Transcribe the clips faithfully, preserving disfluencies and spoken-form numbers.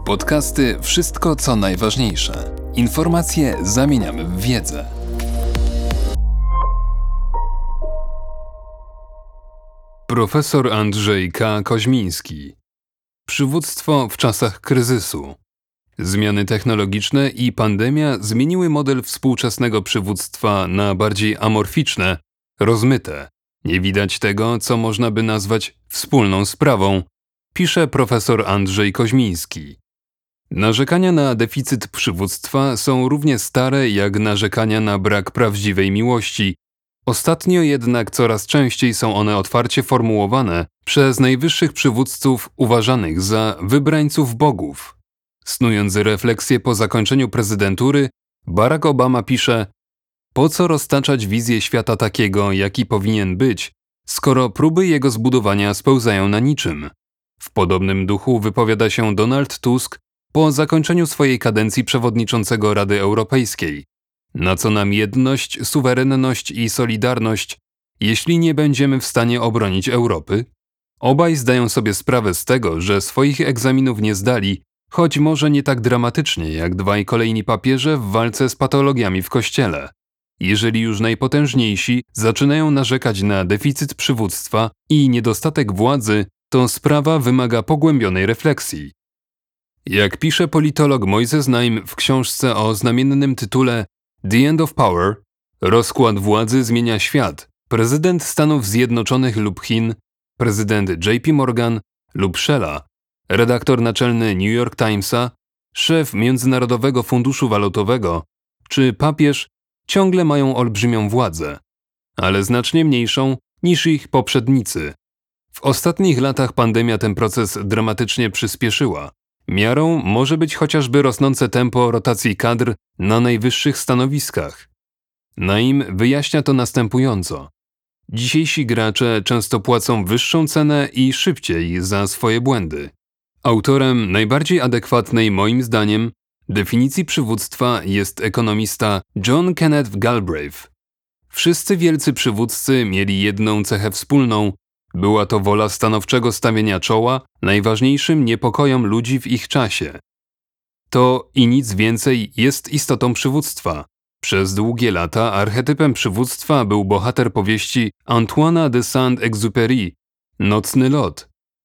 Podcasty Wszystko co najważniejsze. Informacje zamieniamy w wiedzę. Profesor Andrzej K. Koźmiński. Przywództwo w czasach kryzysu. Zmiany technologiczne i pandemia zmieniły model współczesnego przywództwa na bardziej amorficzne, rozmyte. Nie widać tego, co można by nazwać wspólną sprawą, pisze profesor Andrzej Koźmiński. Narzekania na deficyt przywództwa są równie stare jak narzekania na brak prawdziwej miłości. Ostatnio jednak coraz częściej są one otwarcie formułowane przez najwyższych przywódców uważanych za wybrańców bogów. Snując refleksję po zakończeniu prezydentury, Barack Obama pisze: po co roztaczać wizję świata takiego, jaki powinien być, skoro próby jego zbudowania spełzają na niczym? W podobnym duchu wypowiada się Donald Tusk po zakończeniu swojej kadencji przewodniczącego Rady Europejskiej. Na co nam jedność, suwerenność i solidarność, jeśli nie będziemy w stanie obronić Europy? Obaj zdają sobie sprawę z tego, że swoich egzaminów nie zdali, choć może nie tak dramatycznie jak dwaj kolejni papieże w walce z patologiami w Kościele. Jeżeli już najpotężniejsi zaczynają narzekać na deficyt przywództwa i niedostatek władzy, to sprawa wymaga pogłębionej refleksji. Jak pisze politolog Mojżesz Naim w książce o znamiennym tytule The End of Power, rozkład władzy zmienia świat. Prezydent Stanów Zjednoczonych lub Chin, prezydent J P Morgan lub Shella, redaktor naczelny New York Timesa, szef Międzynarodowego Funduszu Walutowego czy papież ciągle mają olbrzymią władzę, ale znacznie mniejszą niż ich poprzednicy. W ostatnich latach pandemia ten proces dramatycznie przyspieszyła. Miarą może być chociażby rosnące tempo rotacji kadr na najwyższych stanowiskach. Naim wyjaśnia to następująco. Dzisiejsi gracze często płacą wyższą cenę i szybciej za swoje błędy. Autorem najbardziej adekwatnej moim zdaniem definicji przywództwa jest ekonomista John Kenneth Galbraith. Wszyscy wielcy przywódcy mieli jedną cechę wspólną. Była to wola stanowczego stawienia czoła najważniejszym niepokojom ludzi w ich czasie. To i nic więcej jest istotą przywództwa. Przez długie lata archetypem przywództwa był bohater powieści Antoine'a de Saint-Exupéry Nocny lot.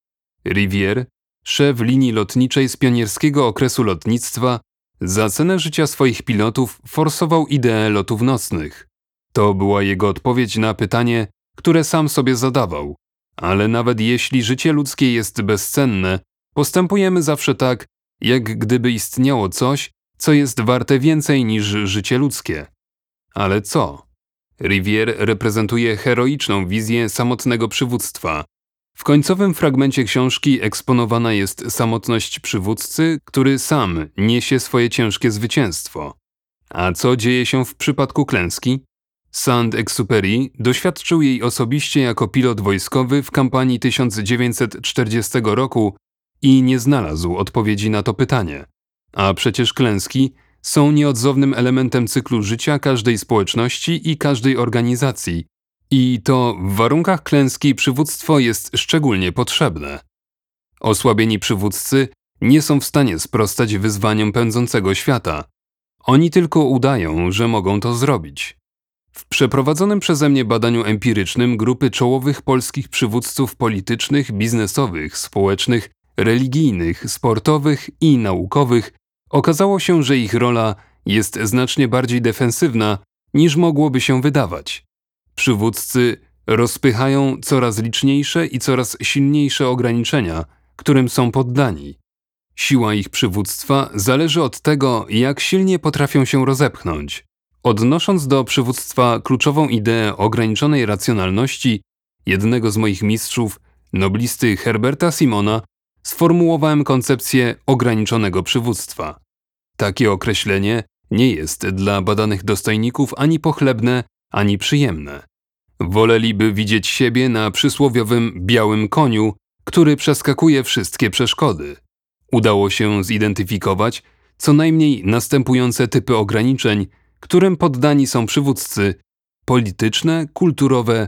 Rivière, szef linii lotniczej z pionierskiego okresu lotnictwa, za cenę życia swoich pilotów forsował ideę lotów nocnych. To była jego odpowiedź na pytanie, które sam sobie zadawał. Ale nawet jeśli życie ludzkie jest bezcenne, postępujemy zawsze tak, jak gdyby istniało coś, co jest warte więcej niż życie ludzkie. Ale co? Rivière reprezentuje heroiczną wizję samotnego przywództwa. W końcowym fragmencie książki eksponowana jest samotność przywódcy, który sam niesie swoje ciężkie zwycięstwo. A co dzieje się w przypadku klęski? Saint-Exupéry doświadczył jej osobiście jako pilot wojskowy w kampanii tysiąc dziewięćset czterdziestego roku i nie znalazł odpowiedzi na to pytanie. A przecież klęski są nieodzownym elementem cyklu życia każdej społeczności i każdej organizacji. I to w warunkach klęski przywództwo jest szczególnie potrzebne. Osłabieni przywódcy nie są w stanie sprostać wyzwaniom pędzącego świata. Oni tylko udają, że mogą to zrobić. W przeprowadzonym przeze mnie badaniu empirycznym grupy czołowych polskich przywódców politycznych, biznesowych, społecznych, religijnych, sportowych i naukowych okazało się, że ich rola jest znacznie bardziej defensywna niż mogłoby się wydawać. Przywódcy rozpychają coraz liczniejsze i coraz silniejsze ograniczenia, którym są poddani. Siła ich przywództwa zależy od tego, jak silnie potrafią się rozepchnąć. Odnosząc do przywództwa kluczową ideę ograniczonej racjonalności, jednego z moich mistrzów, noblisty Herberta Simona, sformułowałem koncepcję ograniczonego przywództwa. Takie określenie nie jest dla badanych dostojników ani pochlebne, ani przyjemne. Woleliby widzieć siebie na przysłowiowym białym koniu, który przeskakuje wszystkie przeszkody. Udało się zidentyfikować co najmniej następujące typy ograniczeń, którym poddani są przywódcy: polityczne, kulturowe,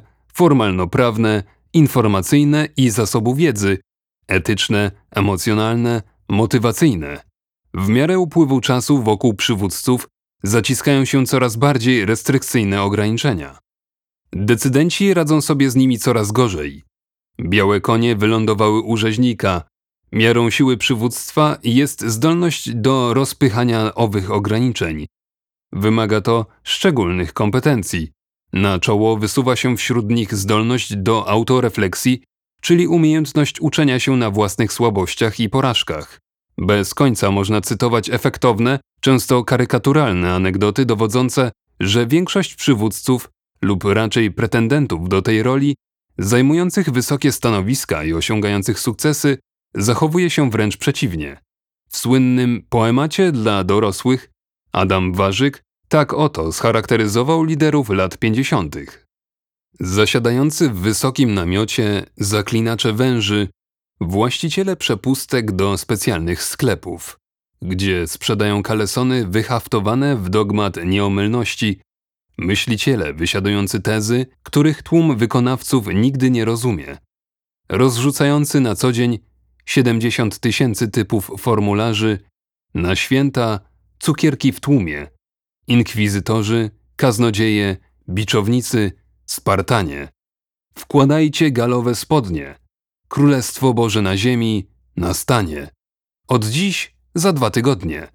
formalnoprawne, informacyjne i zasobu wiedzy, etyczne, emocjonalne, Motywacyjne. W miarę upływu czasu wokół przywódców zaciskają się coraz bardziej restrykcyjne ograniczenia. Decydenci radzą sobie z nimi coraz gorzej. Białe konie wylądowały u rzeźnika. Miarą siły przywództwa jest zdolność do rozpychania owych ograniczeń. Wymaga to szczególnych kompetencji. Na czoło wysuwa się wśród nich zdolność do autorefleksji, czyli umiejętność uczenia się na własnych słabościach i porażkach. Bez końca można cytować efektowne, często karykaturalne anegdoty dowodzące, że większość przywódców lub raczej pretendentów do tej roli, zajmujących wysokie stanowiska i osiągających sukcesy, zachowuje się wręcz przeciwnie. W słynnym poemacie dla dorosłych Adam Warzyk tak oto scharakteryzował liderów lat pięćdziesiątych. Zasiadający w wysokim namiocie zaklinacze węży, właściciele przepustek do specjalnych sklepów, gdzie sprzedają kalesony wyhaftowane w dogmat nieomylności, myśliciele wysiadujący tezy, których tłum wykonawców nigdy nie rozumie, rozrzucający na co dzień siedemdziesiąt tysięcy typów formularzy, na święta cukierki w tłumie, inkwizytorzy, kaznodzieje, biczownicy, Spartanie. Wkładajcie galowe spodnie. Królestwo Boże na ziemi nastanie. Od dziś za dwa tygodnie.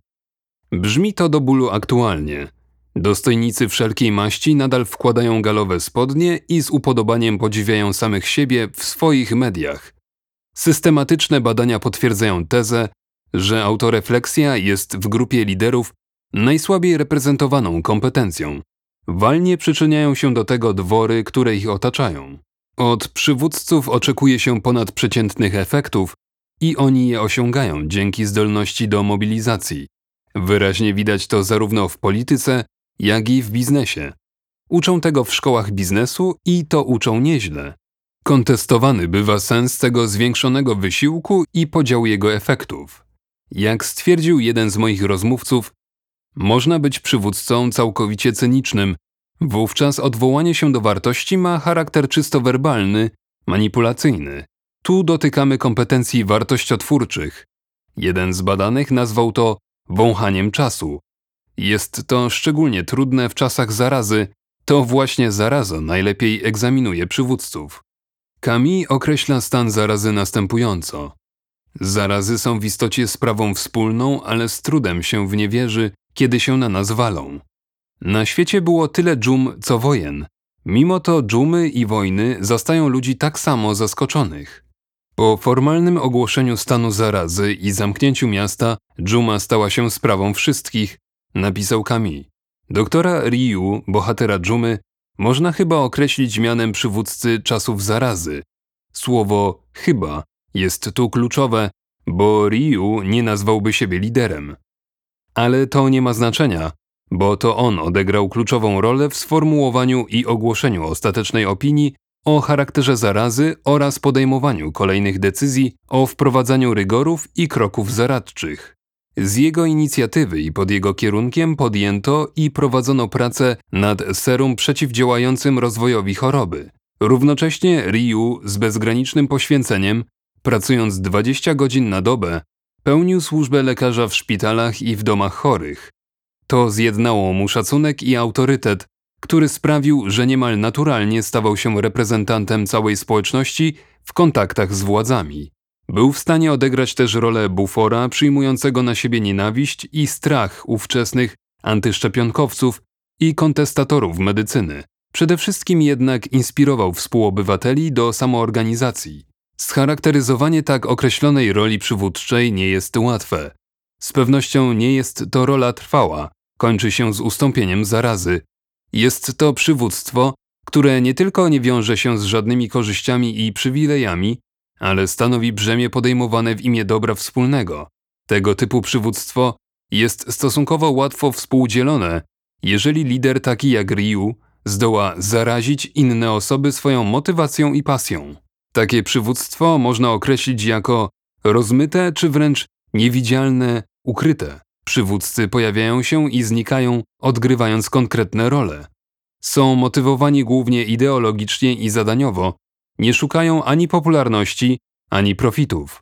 Brzmi to do bólu aktualnie. Dostojnicy wszelkiej maści nadal wkładają galowe spodnie i z upodobaniem podziwiają samych siebie w swoich mediach. Systematyczne badania potwierdzają tezę, że autorefleksja jest w grupie liderów najsłabiej reprezentowaną kompetencją. Walnie przyczyniają się do tego dwory, które ich otaczają. Od przywódców oczekuje się ponadprzeciętnych efektów i oni je osiągają dzięki zdolności do mobilizacji. Wyraźnie widać to zarówno w polityce, jak i w biznesie. Uczą tego w szkołach biznesu i to uczą nieźle. Kontestowany bywa sens tego zwiększonego wysiłku i podział jego efektów. Jak stwierdził jeden z moich rozmówców, można być przywódcą całkowicie cynicznym. Wówczas odwołanie się do wartości ma charakter czysto werbalny, manipulacyjny. Tu dotykamy kompetencji wartościotwórczych. Jeden z badanych nazwał to wąchaniem czasu. Jest to szczególnie trudne w czasach zarazy. To właśnie zaraza najlepiej egzaminuje przywódców. Camus określa stan zarazy następująco. Zarazy są w istocie sprawą wspólną, ale z trudem się w nie wierzy, kiedy się na nas walą. Na świecie było tyle dżum, co wojen. Mimo to dżumy i wojny zastają ludzi tak samo zaskoczonych. Po formalnym ogłoszeniu stanu zarazy i zamknięciu miasta, dżuma stała się sprawą wszystkich, napisał Camus. Doktora Ryu, bohatera dżumy, można chyba określić mianem przywódcy czasów zarazy. Słowo chyba jest tu kluczowe, bo Ryu nie nazwałby siebie liderem. Ale to nie ma znaczenia, bo to on odegrał kluczową rolę w sformułowaniu i ogłoszeniu ostatecznej opinii o charakterze zarazy oraz podejmowaniu kolejnych decyzji o wprowadzaniu rygorów i kroków zaradczych. Z jego inicjatywy i pod jego kierunkiem podjęto i prowadzono pracę nad serum przeciwdziałającym rozwojowi choroby. Równocześnie Ryu z bezgranicznym poświęceniem, pracując dwadzieścia godzin na dobę, pełnił służbę lekarza w szpitalach i w domach chorych. To zjednało mu szacunek i autorytet, który sprawił, że niemal naturalnie stawał się reprezentantem całej społeczności w kontaktach z władzami. Był w stanie odegrać też rolę bufora przyjmującego na siebie nienawiść i strach ówczesnych antyszczepionkowców i kontestatorów medycyny. Przede wszystkim jednak inspirował współobywateli do samoorganizacji. Scharakteryzowanie tak określonej roli przywódczej nie jest łatwe. Z pewnością nie jest to rola trwała, kończy się z ustąpieniem zarazy. Jest to przywództwo, które nie tylko nie wiąże się z żadnymi korzyściami i przywilejami, ale stanowi brzemię podejmowane w imię dobra wspólnego. Tego typu przywództwo jest stosunkowo łatwo współdzielone, jeżeli lider taki jak Ryu zdoła zarazić inne osoby swoją motywacją i pasją. Takie przywództwo można określić jako rozmyte czy wręcz niewidzialne, ukryte. Przywódcy pojawiają się i znikają, odgrywając konkretne role. Są motywowani głównie ideologicznie i zadaniowo, nie szukają ani popularności, ani profitów.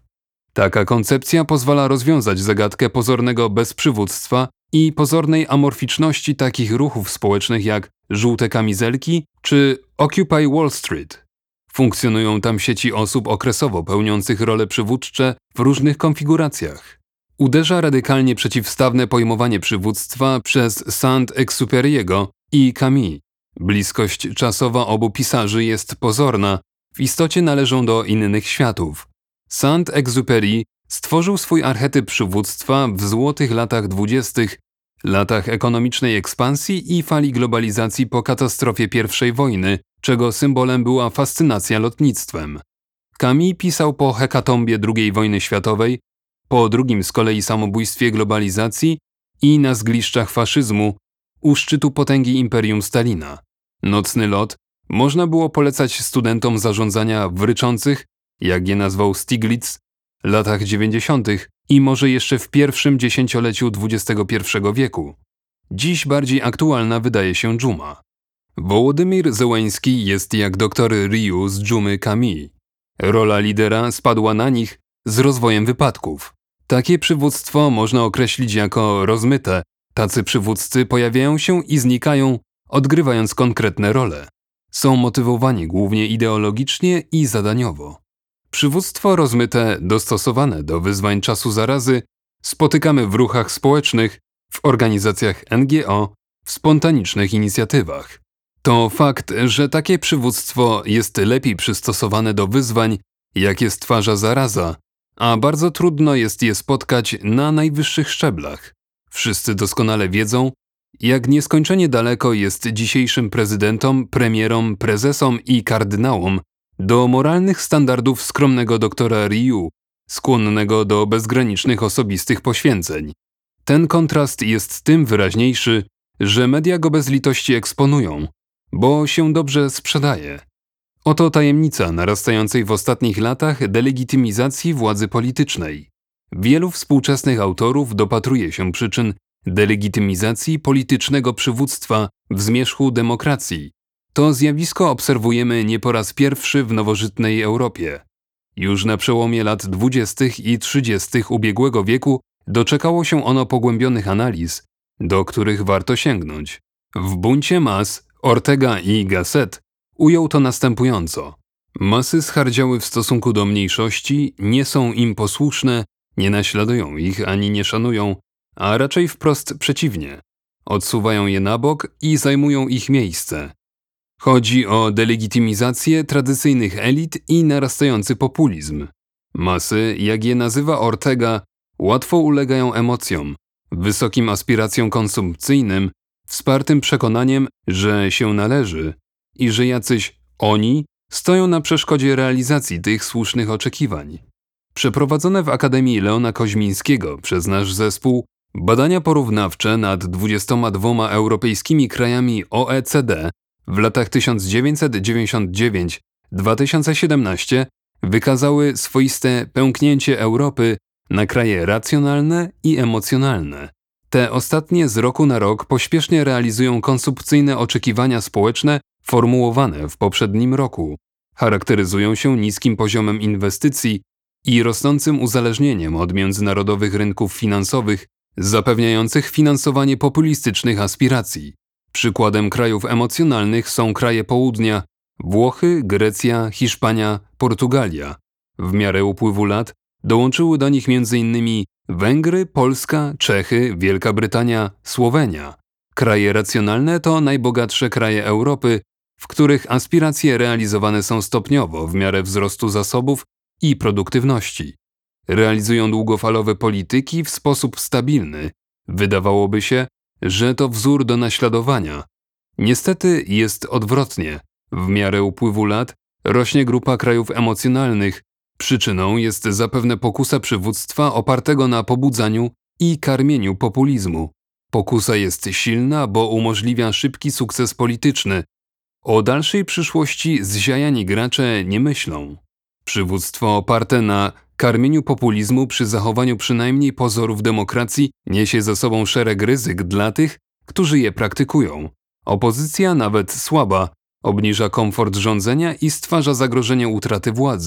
Taka koncepcja pozwala rozwiązać zagadkę pozornego bezprzywództwa i pozornej amorficzności takich ruchów społecznych jak żółte kamizelki czy Occupy Wall Street. Funkcjonują tam sieci osób okresowo pełniących role przywódcze w różnych konfiguracjach. Uderza radykalnie przeciwstawne pojmowanie przywództwa przez Saint-Exupéry'ego i Camus. Bliskość czasowa obu pisarzy jest pozorna, w istocie należą do innych światów. Saint-Exupéry stworzył swój archetyp przywództwa w złotych latach dwudziestych, latach ekonomicznej ekspansji i fali globalizacji po katastrofie pierwszej wojny, czego symbolem była fascynacja lotnictwem. Camus pisał po hekatombie drugiej wojny światowej, po drugim z kolei samobójstwie globalizacji i na zgliszczach faszyzmu, u szczytu potęgi imperium Stalina. Nocny lot można było polecać studentom zarządzania w ryczących, jak je nazwał Stiglitz, latach dziewięćdziesiątych i może jeszcze w pierwszym dziesięcioleciu dwudziestego pierwszego wieku. Dziś bardziej aktualna wydaje się dżuma. Wołodymyr Zełenski jest jak doktor Ryu z dżumy Camus. Rola lidera spadła na nich z rozwojem wypadków. Takie przywództwo można określić jako rozmyte. Tacy przywódcy pojawiają się i znikają, odgrywając konkretne role. Są motywowani głównie ideologicznie i zadaniowo. Przywództwo rozmyte, dostosowane do wyzwań czasu zarazy, spotykamy w ruchach społecznych, w organizacjach N G O, w spontanicznych inicjatywach. To fakt, że takie przywództwo jest lepiej przystosowane do wyzwań, jakie stwarza zaraza, a bardzo trudno jest je spotkać na najwyższych szczeblach. Wszyscy doskonale wiedzą, jak nieskończenie daleko jest dzisiejszym prezydentom, premierom, prezesom i kardynałom do moralnych standardów skromnego doktora Ryu, skłonnego do bezgranicznych osobistych poświęceń. Ten kontrast jest tym wyraźniejszy, że media go bez litości eksponują, bo się dobrze sprzedaje. Oto tajemnica narastającej w ostatnich latach delegitymizacji władzy politycznej. Wielu współczesnych autorów dopatruje się przyczyn delegitymizacji politycznego przywództwa w zmierzchu demokracji. To zjawisko obserwujemy nie po raz pierwszy w nowożytnej Europie. Już na przełomie lat dwudziestych i trzydziestych ubiegłego wieku doczekało się ono pogłębionych analiz, do których warto sięgnąć. W buncie mas Ortega i Gasset ujął to następująco. Masy schardziały w stosunku do mniejszości, nie są im posłuszne, nie naśladują ich ani nie szanują, a raczej wprost przeciwnie. Odsuwają je na bok i zajmują ich miejsce. Chodzi o delegitymizację tradycyjnych elit i narastający populizm. Masy, jak je nazywa Ortega, łatwo ulegają emocjom, wysokim aspiracjom konsumpcyjnym, wspartym przekonaniem, że się należy i że jacyś oni stoją na przeszkodzie realizacji tych słusznych oczekiwań. Przeprowadzone w Akademii Leona Koźmińskiego przez nasz zespół badania porównawcze nad dwudziestoma dwoma europejskimi krajami O E C D w latach tysiąc dziewięćset dziewięćdziesiąt dziewięć do dwa tysiące siedemnaście wykazały swoiste pęknięcie Europy na kraje racjonalne i emocjonalne. Te ostatnie z roku na rok pośpiesznie realizują konsumpcyjne oczekiwania społeczne formułowane w poprzednim roku. Charakteryzują się niskim poziomem inwestycji i rosnącym uzależnieniem od międzynarodowych rynków finansowych zapewniających finansowanie populistycznych aspiracji. Przykładem krajów emocjonalnych są kraje południa – Włochy, Grecja, Hiszpania, Portugalia. W miarę upływu lat dołączyły do nich między innymi Węgry, Polska, Czechy, Wielka Brytania, Słowenia. Kraje racjonalne to najbogatsze kraje Europy, w których aspiracje realizowane są stopniowo w miarę wzrostu zasobów i produktywności. Realizują długofalowe polityki w sposób stabilny. Wydawałoby się, że to wzór do naśladowania. Niestety jest odwrotnie. W miarę upływu lat rośnie grupa krajów emocjonalnych. Przyczyną jest zapewne pokusa przywództwa opartego na pobudzaniu i karmieniu populizmu. Pokusa jest silna, bo umożliwia szybki sukces polityczny. O dalszej przyszłości zziajani gracze nie myślą. Przywództwo oparte na karmieniu populizmu przy zachowaniu przynajmniej pozorów demokracji niesie za sobą szereg ryzyk dla tych, którzy je praktykują. Opozycja, nawet słaba, obniża komfort rządzenia i stwarza zagrożenie utraty władzy.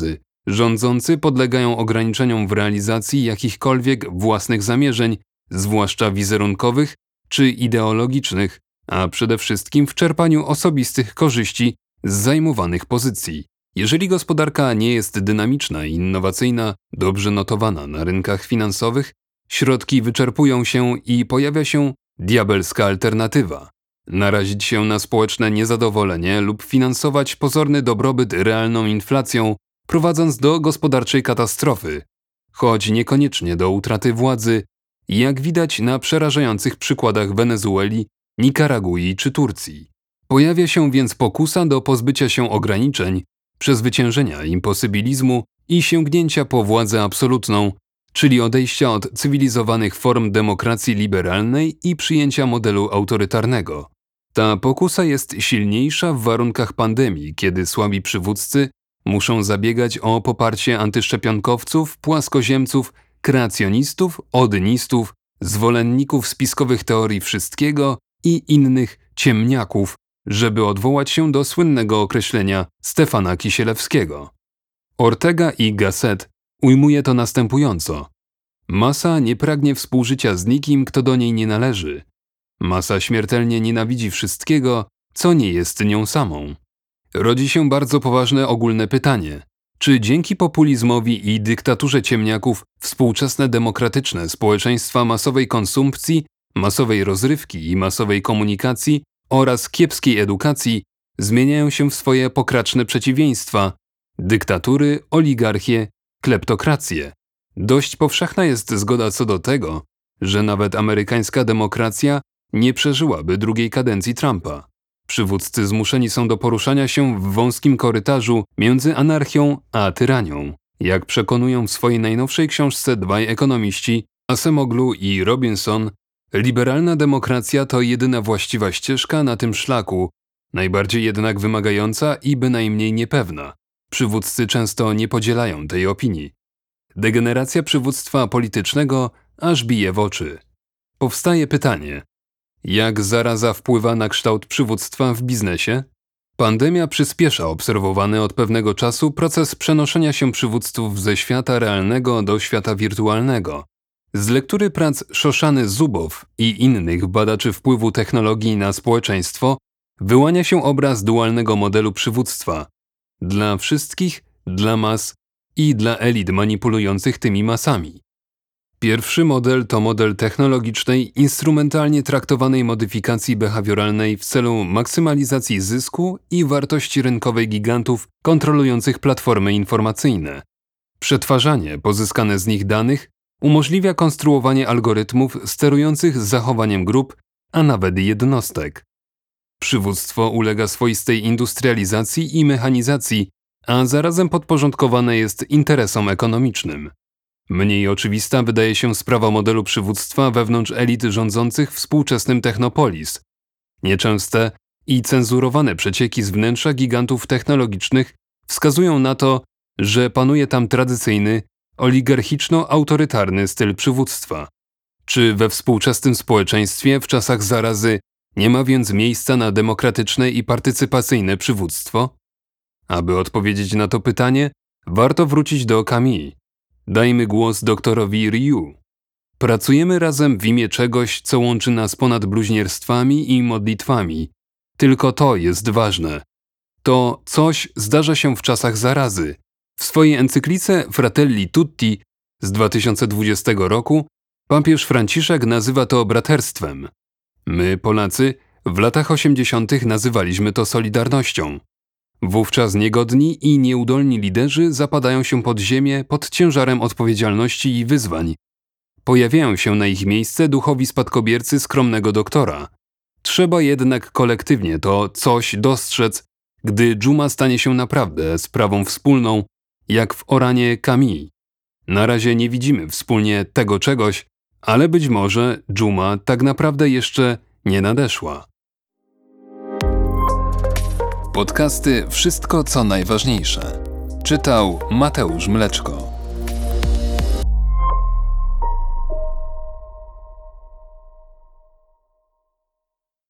Rządzący podlegają ograniczeniom w realizacji jakichkolwiek własnych zamierzeń, zwłaszcza wizerunkowych czy ideologicznych, a przede wszystkim w czerpaniu osobistych korzyści z zajmowanych pozycji. Jeżeli gospodarka nie jest dynamiczna i innowacyjna, dobrze notowana na rynkach finansowych, środki wyczerpują się i pojawia się diabelska alternatywa. Narazić się na społeczne niezadowolenie lub finansować pozorny dobrobyt realną inflacją, prowadząc do gospodarczej katastrofy, choć niekoniecznie do utraty władzy, jak widać na przerażających przykładach Wenezueli, Nikaragui czy Turcji. Pojawia się więc pokusa do pozbycia się ograniczeń, przezwyciężenia imposybilizmu i sięgnięcia po władzę absolutną, czyli odejścia od cywilizowanych form demokracji liberalnej i przyjęcia modelu autorytarnego. Ta pokusa jest silniejsza w warunkach pandemii, kiedy słabi przywódcy muszą zabiegać o poparcie antyszczepionkowców, płaskoziemców, kreacjonistów, odynistów, zwolenników spiskowych teorii wszystkiego i innych ciemniaków, żeby odwołać się do słynnego określenia Stefana Kisielewskiego. Ortega y Gasset ujmuje to następująco. Masa nie pragnie współżycia z nikim, kto do niej nie należy. Masa śmiertelnie nienawidzi wszystkiego, co nie jest nią samą. Rodzi się bardzo poważne ogólne pytanie. Czy dzięki populizmowi i dyktaturze ciemniaków współczesne demokratyczne społeczeństwa masowej konsumpcji, masowej rozrywki i masowej komunikacji oraz kiepskiej edukacji zmieniają się w swoje pokraczne przeciwieństwa – dyktatury, oligarchie, kleptokracje? Dość powszechna jest zgoda co do tego, że nawet amerykańska demokracja nie przeżyłaby drugiej kadencji Trumpa. Przywódcy zmuszeni są do poruszania się w wąskim korytarzu między anarchią a tyranią. Jak przekonują w swojej najnowszej książce dwaj ekonomiści, Acemoglu i Robinson, liberalna demokracja to jedyna właściwa ścieżka na tym szlaku, najbardziej jednak wymagająca i bynajmniej niepewna. Przywódcy często nie podzielają tej opinii. Degeneracja przywództwa politycznego aż bije w oczy. Powstaje pytanie, jak zaraza wpływa na kształt przywództwa w biznesie? Pandemia przyspiesza obserwowany od pewnego czasu proces przenoszenia się przywódców ze świata realnego do świata wirtualnego. Z lektury prac Szoszany Zubow i innych badaczy wpływu technologii na społeczeństwo wyłania się obraz dualnego modelu przywództwa. Dla wszystkich, dla mas i dla elit manipulujących tymi masami. Pierwszy model to model technologicznej, instrumentalnie traktowanej modyfikacji behawioralnej w celu maksymalizacji zysku i wartości rynkowej gigantów kontrolujących platformy informacyjne. Przetwarzanie pozyskane z nich danych umożliwia konstruowanie algorytmów sterujących zachowaniem grup, a nawet jednostek. Przywództwo ulega swoistej industrializacji i mechanizacji, a zarazem podporządkowane jest interesom ekonomicznym. Mniej oczywista wydaje się sprawa modelu przywództwa wewnątrz elit rządzących współczesnym Technopolis. Nieczęste i cenzurowane przecieki z wnętrza gigantów technologicznych wskazują na to, że panuje tam tradycyjny, oligarchiczno-autorytarny styl przywództwa. Czy we współczesnym społeczeństwie w czasach zarazy nie ma więc miejsca na demokratyczne i partycypacyjne przywództwo? Aby odpowiedzieć na to pytanie, warto wrócić do Camus. Dajmy głos doktorowi Ryu. Pracujemy razem w imię czegoś, co łączy nas ponad bluźnierstwami i modlitwami. Tylko to jest ważne. To coś zdarza się w czasach zarazy. W swojej encyklice Fratelli Tutti z dwa tysiące dwudziestego roku papież Franciszek nazywa to braterstwem. My, Polacy, w latach osiemdziesiątych nazywaliśmy to solidarnością. Wówczas niegodni i nieudolni liderzy zapadają się pod ziemię pod ciężarem odpowiedzialności i wyzwań. Pojawiają się na ich miejsce duchowi spadkobiercy skromnego doktora. Trzeba jednak kolektywnie to coś dostrzec, gdy dżuma stanie się naprawdę sprawą wspólną, jak w Oranie Camus. Na razie nie widzimy wspólnie tego czegoś, ale być może dżuma tak naprawdę jeszcze nie nadeszła. Podcasty Wszystko co najważniejsze. Czytał Mateusz Mleczko.